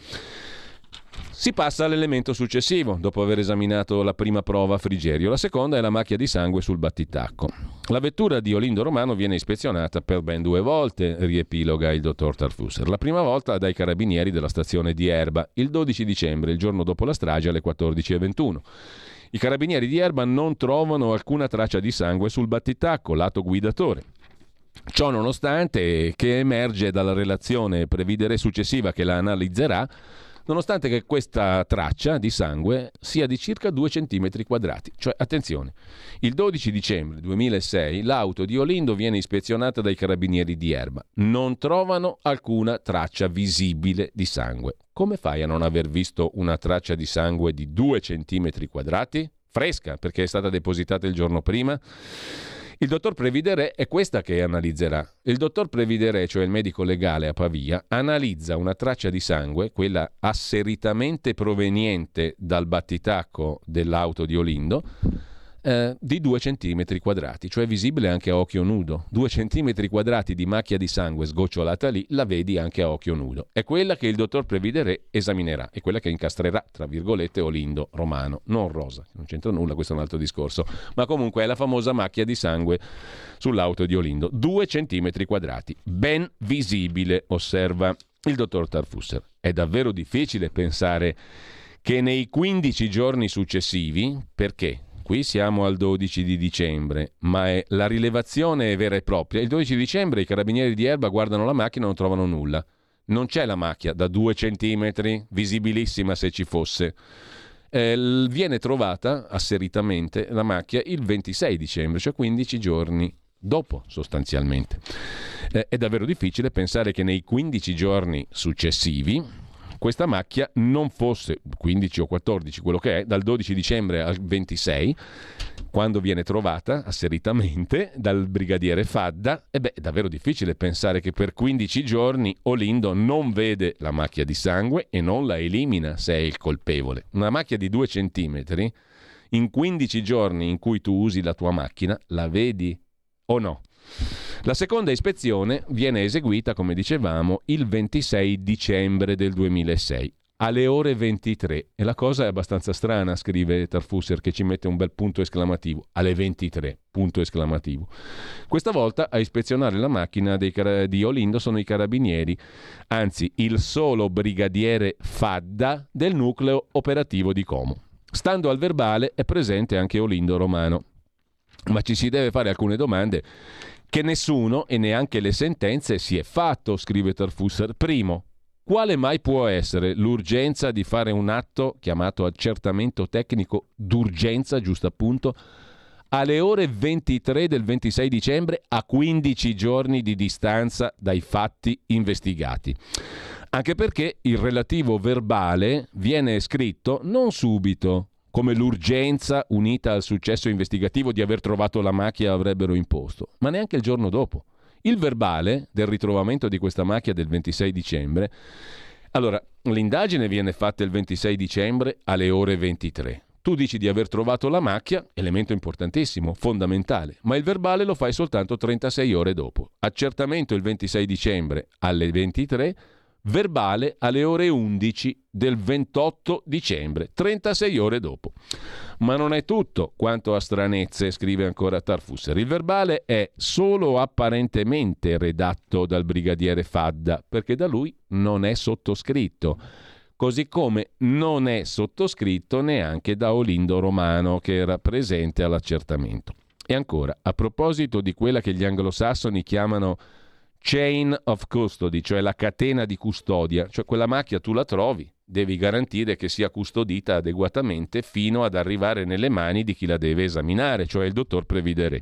Si passa all'elemento successivo, dopo aver esaminato la prima prova a Frigerio. La seconda è la macchia di sangue sul battitacco. La vettura di Olindo Romano viene ispezionata per ben 2 volte, riepiloga il dottor Tarfusser. La prima volta dai carabinieri della stazione di Erba, il 12 dicembre, il giorno dopo la strage, alle 14:21. I carabinieri di Erba non trovano alcuna traccia di sangue sul battitacco, lato guidatore. Ciò nonostante, che emerge dalla relazione previdere successiva che la analizzerà, nonostante che questa traccia di sangue sia di circa 2 centimetri quadrati. Cioè, attenzione, il 12 dicembre 2006 l'auto di Olindo viene ispezionata dai carabinieri di Erba. Non trovano alcuna traccia visibile di sangue. Come fai a non aver visto una traccia di sangue di 2 centimetri quadrati? Fresca, perché è stata depositata il giorno prima? Il dottor Previdere è questa che analizzerà. Il dottor Previdere, cioè il medico legale a Pavia, analizza una traccia di sangue, quella asseritamente proveniente dal battitacco dell'auto di Olindo, di 2 centimetri quadrati, cioè visibile anche a occhio nudo. 2 centimetri quadrati di macchia di sangue sgocciolata lì, la vedi anche a occhio nudo. È quella che il dottor Previdere esaminerà, è quella che incastrerà, tra virgolette, Olindo Romano, non Rosa, non c'entra nulla, questo è un altro discorso, ma comunque è la famosa macchia di sangue sull'auto di Olindo. 2 centimetri quadrati, ben visibile, osserva il dottor Tarfusser. È davvero difficile pensare che nei 15 giorni successivi, perché qui siamo al 12 di dicembre, ma la rilevazione è vera e propria. Il 12 dicembre i carabinieri di Erba guardano la macchina e non trovano nulla. Non c'è la macchia da 2 centimetri, visibilissima se ci fosse. Viene trovata asseritamente la macchia il 26 dicembre, cioè 15 giorni dopo sostanzialmente. È davvero difficile pensare che nei 15 giorni successivi questa macchia non fosse, 15 o 14, quello che è, dal 12 dicembre al 26, quando viene trovata asseritamente dal brigadiere Fadda. È davvero difficile pensare che per 15 giorni Olindo non vede la macchia di sangue e non la elimina se è il colpevole. Una macchia di 2 centimetri, in 15 giorni in cui tu usi la tua macchina, la vedi o no? La seconda ispezione viene eseguita, come dicevamo, il 26 dicembre del 2006, alle ore 23. E la cosa è abbastanza strana, scrive Tarfusser, che ci mette un bel punto esclamativo. Alle 23, punto esclamativo. Questa volta a ispezionare la macchina di Olindo sono i carabinieri, anzi il solo brigadiere Fadda del nucleo operativo di Como. Stando al verbale è presente anche Olindo Romano. Ma ci si deve fare alcune domande che nessuno e neanche le sentenze si è fatto, scrive Tarfusser. Primo, quale mai può essere l'urgenza di fare un atto chiamato accertamento tecnico d'urgenza, giusto appunto, alle ore 23 del 26 dicembre, a 15 giorni di distanza dai fatti investigati? Anche perché il relativo verbale viene scritto non subito, come l'urgenza unita al successo investigativo di aver trovato la macchia avrebbero imposto, ma neanche il giorno dopo. Il verbale del ritrovamento di questa macchia del 26 dicembre, allora, l'indagine viene fatta il 26 dicembre alle ore 23. Tu dici di aver trovato la macchia, elemento importantissimo, fondamentale, ma il verbale lo fai soltanto 36 ore dopo. Accertamento il 26 dicembre alle 23, verbale alle ore 11 del 28 dicembre, 36 ore dopo. Ma non è tutto quanto a stranezze, scrive ancora Tarfusser. Il verbale è solo apparentemente redatto dal brigadiere Fadda, perché da lui non è sottoscritto, così come non è sottoscritto neanche da Olindo Romano, che era presente all'accertamento. E ancora, a proposito di quella che gli anglosassoni chiamano chain of custody, cioè la catena di custodia, cioè quella macchia tu la trovi, devi garantire che sia custodita adeguatamente fino ad arrivare nelle mani di chi la deve esaminare, cioè il dottor Previdere.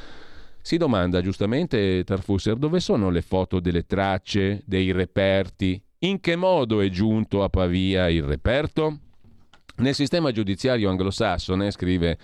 Si domanda giustamente Tarfusser dove sono le foto delle tracce, dei reperti, in che modo è giunto a Pavia il reperto? Nel sistema giudiziario anglosassone, scrive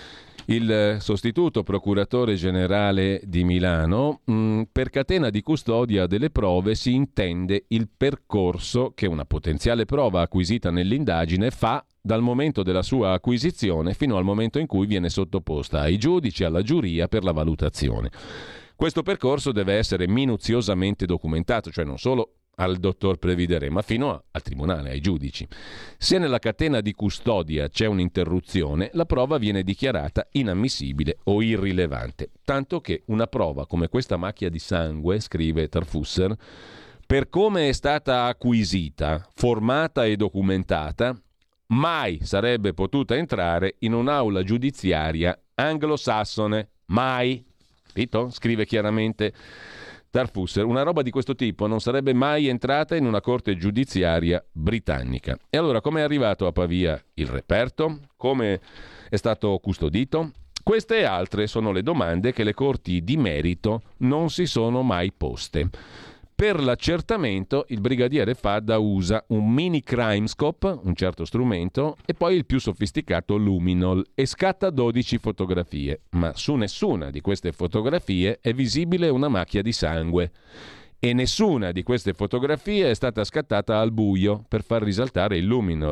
il sostituto procuratore generale di Milano, per catena di custodia delle prove si intende il percorso che una potenziale prova acquisita nell'indagine fa dal momento della sua acquisizione fino al momento in cui viene sottoposta ai giudici e alla giuria per la valutazione. Questo percorso deve essere minuziosamente documentato, cioè non solo al dottor Previdere, ma fino al tribunale, ai giudici. Se nella catena di custodia c'è un'interruzione, la prova viene dichiarata inammissibile o irrilevante. Tanto che una prova come questa macchia di sangue, scrive Tarfusser, per come è stata acquisita, formata e documentata, mai sarebbe potuta entrare in un'aula giudiziaria anglosassone. Mai. Capito? Scrive chiaramente Tarfusser, una roba di questo tipo non sarebbe mai entrata in una corte giudiziaria britannica. E allora come è arrivato a Pavia il reperto? Come è stato custodito? Queste e altre sono le domande che le corti di merito non si sono mai poste. Per l'accertamento il brigadiere Fadda usa un mini CrimeScope, un certo strumento, e poi il più sofisticato Luminol e scatta 12 fotografie, ma su nessuna di queste fotografie è visibile una macchia di sangue e nessuna di queste fotografie è stata scattata al buio per far risaltare il Luminol.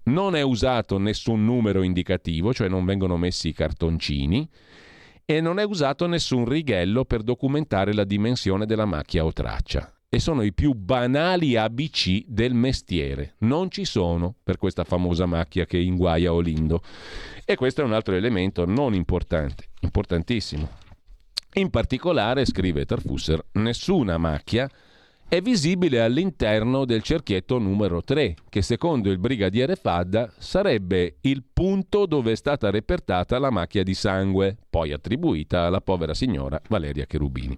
Non è usato nessun numero indicativo, cioè non vengono messi i cartoncini, e non è usato nessun righello per documentare la dimensione della macchia o traccia. E sono i più banali ABC del mestiere. Non ci sono per questa famosa macchia che inguaia Olindo. E questo è un altro elemento non importante, importantissimo. In particolare, scrive Tarfusser, nessuna macchia è visibile all'interno del cerchietto numero 3, che secondo il brigadiere Fadda sarebbe il punto dove è stata repertata la macchia di sangue, poi attribuita alla povera signora Valeria Cherubini.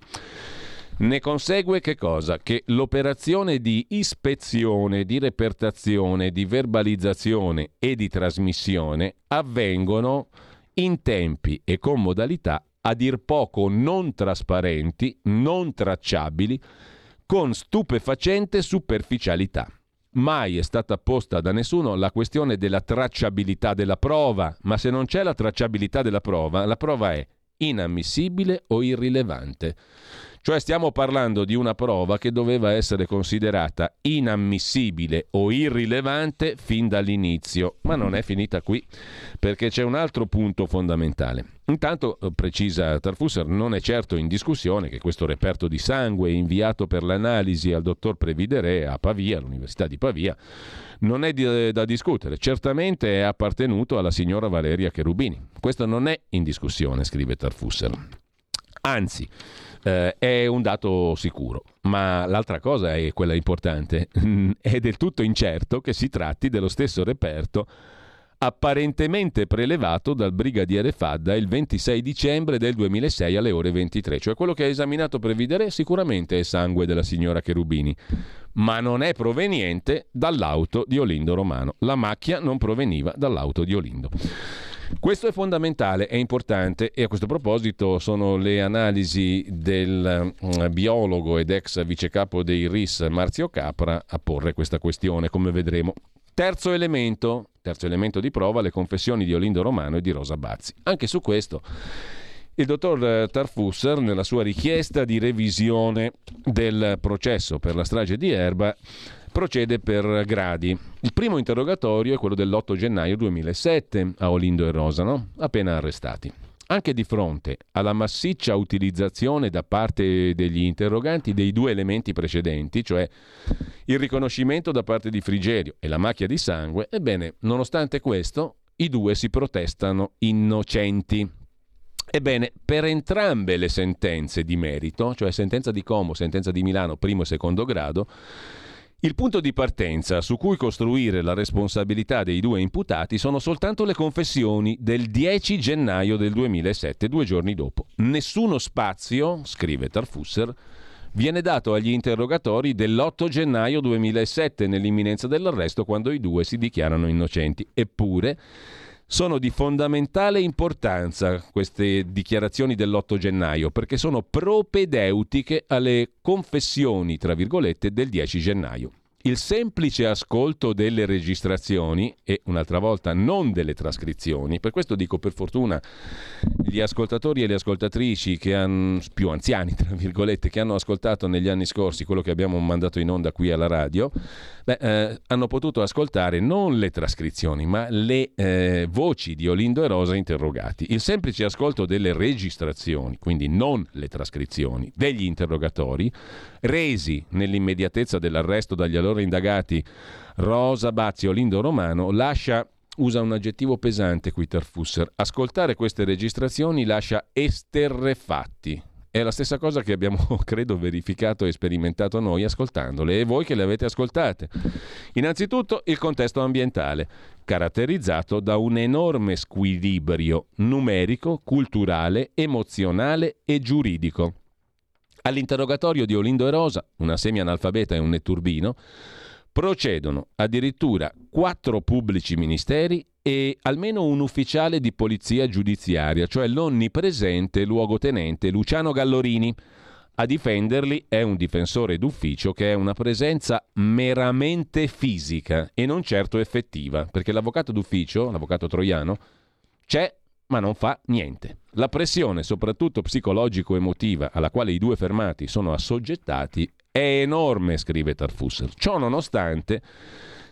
Ne consegue che cosa? Che l'operazione di ispezione, di repertazione, di verbalizzazione e di trasmissione avvengono in tempi e con modalità a dir poco non trasparenti, non tracciabili, con stupefacente superficialità. Mai è stata posta da nessuno la questione della tracciabilità della prova, ma se non c'è la tracciabilità della prova, la prova è inammissibile o irrilevante. Cioè stiamo parlando di una prova che doveva essere considerata inammissibile o irrilevante fin dall'inizio, ma non è finita qui, perché c'è un altro punto fondamentale. Intanto, precisa Tarfusser, non è certo in discussione che questo reperto di sangue inviato per l'analisi al dottor Previdere a Pavia, all'Università di Pavia, non è da discutere. Certamente è appartenuto alla signora Valeria Cherubini. Questo non è in discussione, scrive Tarfusser. Anzi, è un dato sicuro, ma l'altra cosa è quella importante. È del tutto incerto che si tratti dello stesso reperto apparentemente prelevato dal brigadiere Fadda il 26 dicembre del 2006 alle ore 23, cioè quello che ha esaminato Previdere sicuramente è sangue della signora Cherubini, ma non è proveniente dall'auto di Olindo Romano. La macchia non proveniva dall'auto di Olindo. Questo è fondamentale, è importante, e a questo proposito sono le analisi del biologo ed ex vicecapo dei RIS Marzio Capra a porre questa questione, come vedremo. Terzo elemento di prova, le confessioni di Olindo Romano e di Rosa Bazzi. Anche su questo il dottor Tarfusser, nella sua richiesta di revisione del processo per la strage di Erba, procede per gradi. Il primo interrogatorio è quello dell'8 gennaio 2007 a Olindo e Rosa, appena arrestati. Anche di fronte alla massiccia utilizzazione da parte degli interroganti dei due elementi precedenti, cioè il riconoscimento da parte di Frigerio e la macchia di sangue, ebbene, nonostante questo, i due si protestano innocenti. Ebbene, per entrambe le sentenze di merito, cioè sentenza di Como, sentenza di Milano, primo e secondo grado, il punto di partenza su cui costruire la responsabilità dei due imputati sono soltanto le confessioni del 10 gennaio del 2007, 2 giorni dopo. Nessuno spazio, scrive Tarfusser, viene dato agli interrogatori dell'8 gennaio 2007 nell'imminenza dell'arresto, quando i due si dichiarano innocenti. Eppure sono di fondamentale importanza queste dichiarazioni dell'8 gennaio, perché sono propedeutiche alle confessioni, tra virgolette, del 10 gennaio. Il semplice ascolto delle registrazioni, e un'altra volta non delle trascrizioni, per questo dico per fortuna gli ascoltatori e le ascoltatrici che hanno, più anziani, tra virgolette, che hanno ascoltato negli anni scorsi quello che abbiamo mandato in onda qui alla radio, hanno potuto ascoltare non le trascrizioni, ma le voci di Olindo e Rosa interrogati. Il semplice ascolto delle registrazioni, quindi non le trascrizioni, degli interrogatori, resi nell'immediatezza dell'arresto dagli allora indagati Rosa Bazzi e Olindo Romano, usa un aggettivo pesante qui Tarfusser, ascoltare queste registrazioni lascia esterrefatti. È la stessa cosa che abbiamo, credo, verificato e sperimentato noi ascoltandole, e voi che le avete ascoltate. Innanzitutto il contesto ambientale, caratterizzato da un enorme squilibrio numerico, culturale, emozionale e giuridico. All'interrogatorio di Olindo e Rosa, una semi-analfabeta e un netturbino, procedono addirittura 4 pubblici ministeri e almeno un ufficiale di polizia giudiziaria, cioè l'onnipresente luogotenente Luciano Gallorini. A difenderli è un difensore d'ufficio che è una presenza meramente fisica e non certo effettiva, perché l'avvocato d'ufficio, l'avvocato Troiano, c'è ma non fa niente. La pressione, soprattutto psicologico-emotiva, alla quale i due fermati sono assoggettati è enorme, scrive Tarfusser. Ciò nonostante,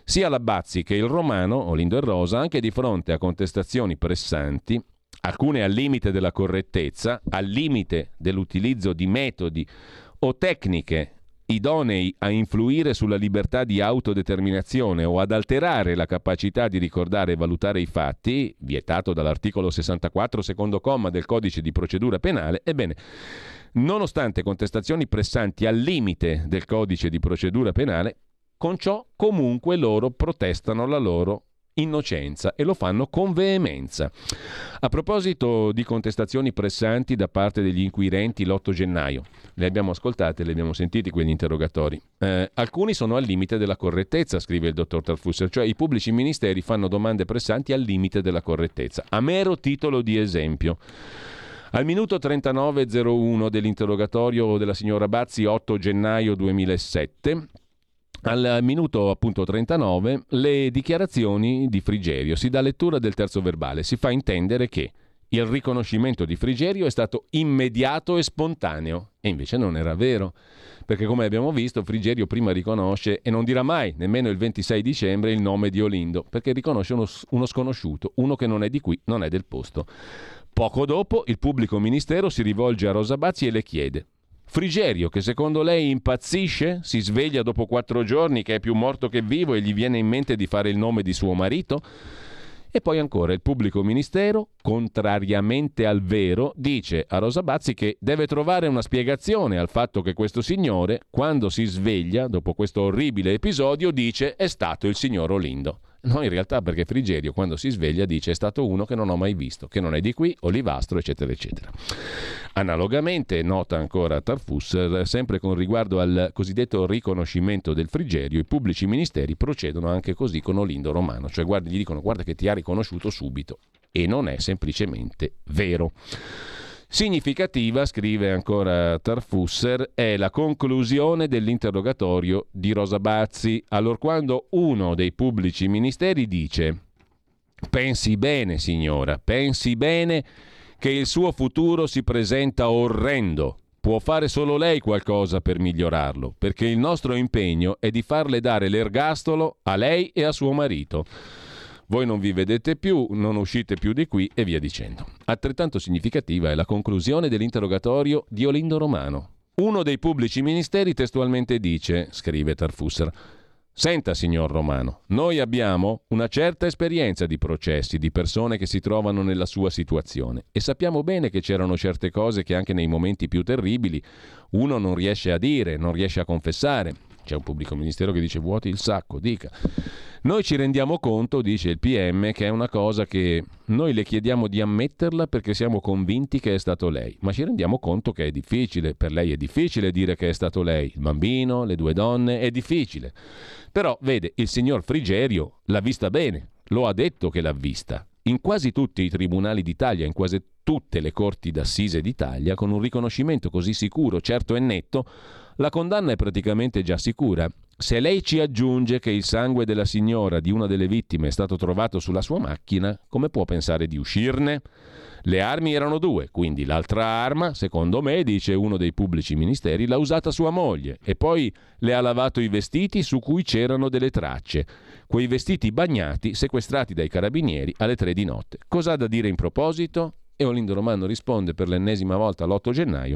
Sia la Bazzi che il Romano, Olindo e Rosa, anche di fronte a contestazioni pressanti, alcune al limite della correttezza, al limite dell'utilizzo di metodi o tecniche idonei a influire sulla libertà di autodeterminazione o ad alterare la capacità di ricordare e valutare i fatti, vietato dall'articolo 64 secondo comma del Codice di procedura penale, ebbene, nonostante contestazioni pressanti al limite del Codice di procedura penale, con ciò comunque loro protestano la loro innocenza e lo fanno con veemenza. A proposito di contestazioni pressanti da parte degli inquirenti l'8 gennaio, le abbiamo ascoltate, le abbiamo sentiti quegli interrogatori. Alcuni sono al limite della correttezza, scrive il dottor Tarfusser, cioè i pubblici ministeri fanno domande pressanti al limite della correttezza. A mero titolo di esempio, al minuto 39.01 dell'interrogatorio della signora Bazzi 8 gennaio 2007, al minuto appunto 39, le dichiarazioni di Frigerio. Si dà lettura del terzo verbale. Si fa intendere che il riconoscimento di Frigerio è stato immediato e spontaneo. E invece non era vero, perché come abbiamo visto Frigerio prima riconosce, e non dirà mai, nemmeno il 26 dicembre, il nome di Olindo, perché riconosce uno sconosciuto, uno che non è di qui, non è del posto. Poco dopo il pubblico ministero si rivolge a Rosa Bazzi e le chiede: Frigerio, che secondo lei impazzisce, si sveglia dopo 4 giorni che è più morto che vivo e gli viene in mente di fare il nome di suo marito? E poi ancora il pubblico ministero, contrariamente al vero, dice a Rosa Bazzi che deve trovare una spiegazione al fatto che questo signore, quando si sveglia dopo questo orribile episodio, dice è stato il signor Olindo. No, in realtà perché Frigerio quando si sveglia dice è stato uno che non ho mai visto, che non è di qui, olivastro, eccetera, eccetera. Analogamente, nota ancora Tarfusser, sempre con riguardo al cosiddetto riconoscimento del Frigerio, i pubblici ministeri procedono anche così con Olindo Romano, cioè gli dicono guarda che ti ha riconosciuto subito, e non è semplicemente vero. Significativa, scrive ancora Tarfusser, è la conclusione dell'interrogatorio di Rosa Bazzi, allorquando uno dei pubblici ministeri dice: pensi bene, signora, pensi bene che il suo futuro si presenta orrendo. Può fare solo lei qualcosa per migliorarlo, perché il nostro impegno è di farle dare l'ergastolo a lei e a suo marito. Voi non vi vedete più, non uscite più di qui e via dicendo. Altrettanto significativa è la conclusione dell'interrogatorio di Olindo Romano. Uno dei pubblici ministeri testualmente dice, scrive Tarfusser: senta signor Romano, noi abbiamo una certa esperienza di processi, di persone che si trovano nella sua situazione e sappiamo bene che c'erano certe cose che anche nei momenti più terribili uno non riesce a dire, non riesce a confessare. C'è un pubblico ministero che dice vuoti il sacco, dica. Noi ci rendiamo conto, dice il PM, che è una cosa che noi le chiediamo di ammetterla perché siamo convinti che è stato lei, ma ci rendiamo conto che è difficile, per lei è difficile dire che è stato lei, il bambino, le 2 donne, è difficile. Però, vede, il signor Frigerio l'ha vista bene, lo ha detto che l'ha vista. In quasi tutti i tribunali d'Italia, in quasi tutte le corti d'assise d'Italia, con un riconoscimento così sicuro, certo e netto, la condanna è praticamente già sicura. Se lei ci aggiunge che il sangue della signora di una delle vittime è stato trovato sulla sua macchina, come può pensare di uscirne? Le armi erano 2, quindi l'altra arma, secondo me, dice uno dei pubblici ministeri, l'ha usata sua moglie e poi le ha lavato i vestiti su cui c'erano delle tracce. Quei vestiti bagnati, sequestrati dai carabinieri alle 3 di notte. Cosa ha da dire in proposito? E Olindo Romano risponde per l'ennesima volta l'8 gennaio: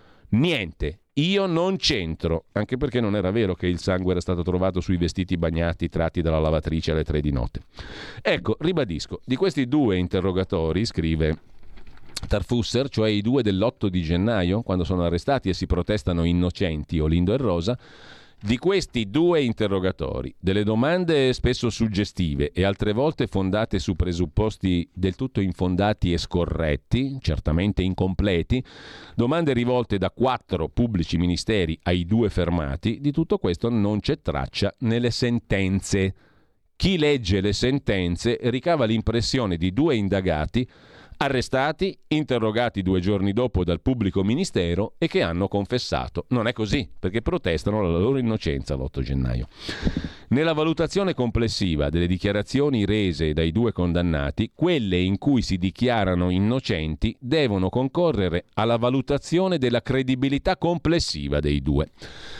niente, io non c'entro, anche perché non era vero che il sangue era stato trovato sui vestiti bagnati tratti dalla lavatrice alle 3 di notte. Ecco, ribadisco, di questi 2 interrogatori, scrive Tarfusser, cioè i 2 dell'8 di gennaio, quando sono arrestati e si protestano innocenti Olindo e Rosa, di questi 2 interrogatori, delle domande spesso suggestive e altre volte fondate su presupposti del tutto infondati e scorretti, certamente incompleti, domande rivolte da 4 pubblici ministeri ai 2 fermati, di tutto questo non c'è traccia nelle sentenze. Chi legge le sentenze ricava l'impressione di 2 indagati arrestati, interrogati 2 giorni dopo dal pubblico ministero e che hanno confessato. Non è così, perché protestano la loro innocenza l'8 gennaio. Nella valutazione complessiva delle dichiarazioni rese dai 2 condannati, quelle in cui si dichiarano innocenti devono concorrere alla valutazione della credibilità complessiva dei 2.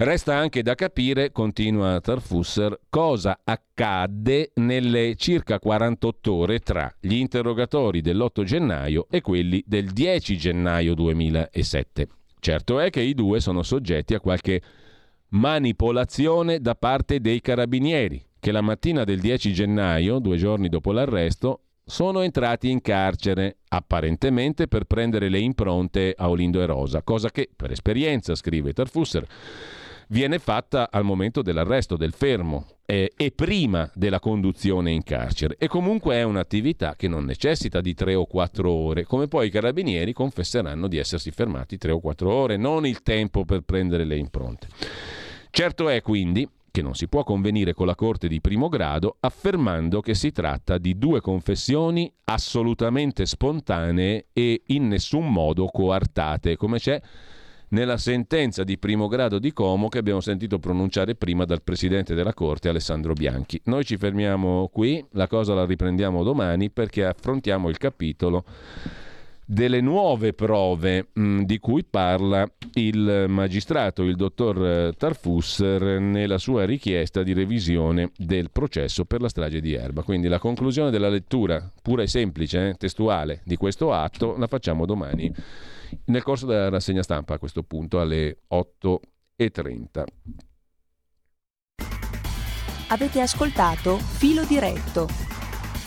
Resta anche da capire, continua Tarfusser, cosa accadde nelle circa 48 ore tra gli interrogatori dell'8 gennaio e quelli del 10 gennaio 2007. Certo è che i due sono soggetti a qualche manipolazione da parte dei carabinieri, che la mattina del 10 gennaio, 2 giorni dopo l'arresto, sono entrati in carcere, apparentemente per prendere le impronte a Olindo e Rosa, cosa che, per esperienza, scrive Tarfusser, viene fatta al momento dell'arresto, del fermo e prima della conduzione in carcere. E comunque è un'attività che non necessita di 3 o 4 ore, come poi i carabinieri confesseranno di essersi fermati 3 o 4 ore, non il tempo per prendere le impronte. Certo è quindi che non si può convenire con la Corte di primo grado affermando che si tratta di 2 confessioni assolutamente spontanee e in nessun modo coartate, come c'è nella sentenza di primo grado di Como che abbiamo sentito pronunciare prima dal Presidente della Corte Alessandro Bianchi. Noi ci fermiamo qui, la cosa la riprendiamo domani perché affrontiamo il capitolo delle nuove prove di cui parla il magistrato, il dottor Tarfusser, nella sua richiesta di revisione del processo per la strage di Erba. Quindi la conclusione della lettura pura e semplice, testuale, di questo atto la facciamo domani nel corso della rassegna stampa, a questo punto alle 8:30. Avete ascoltato Filo Diretto.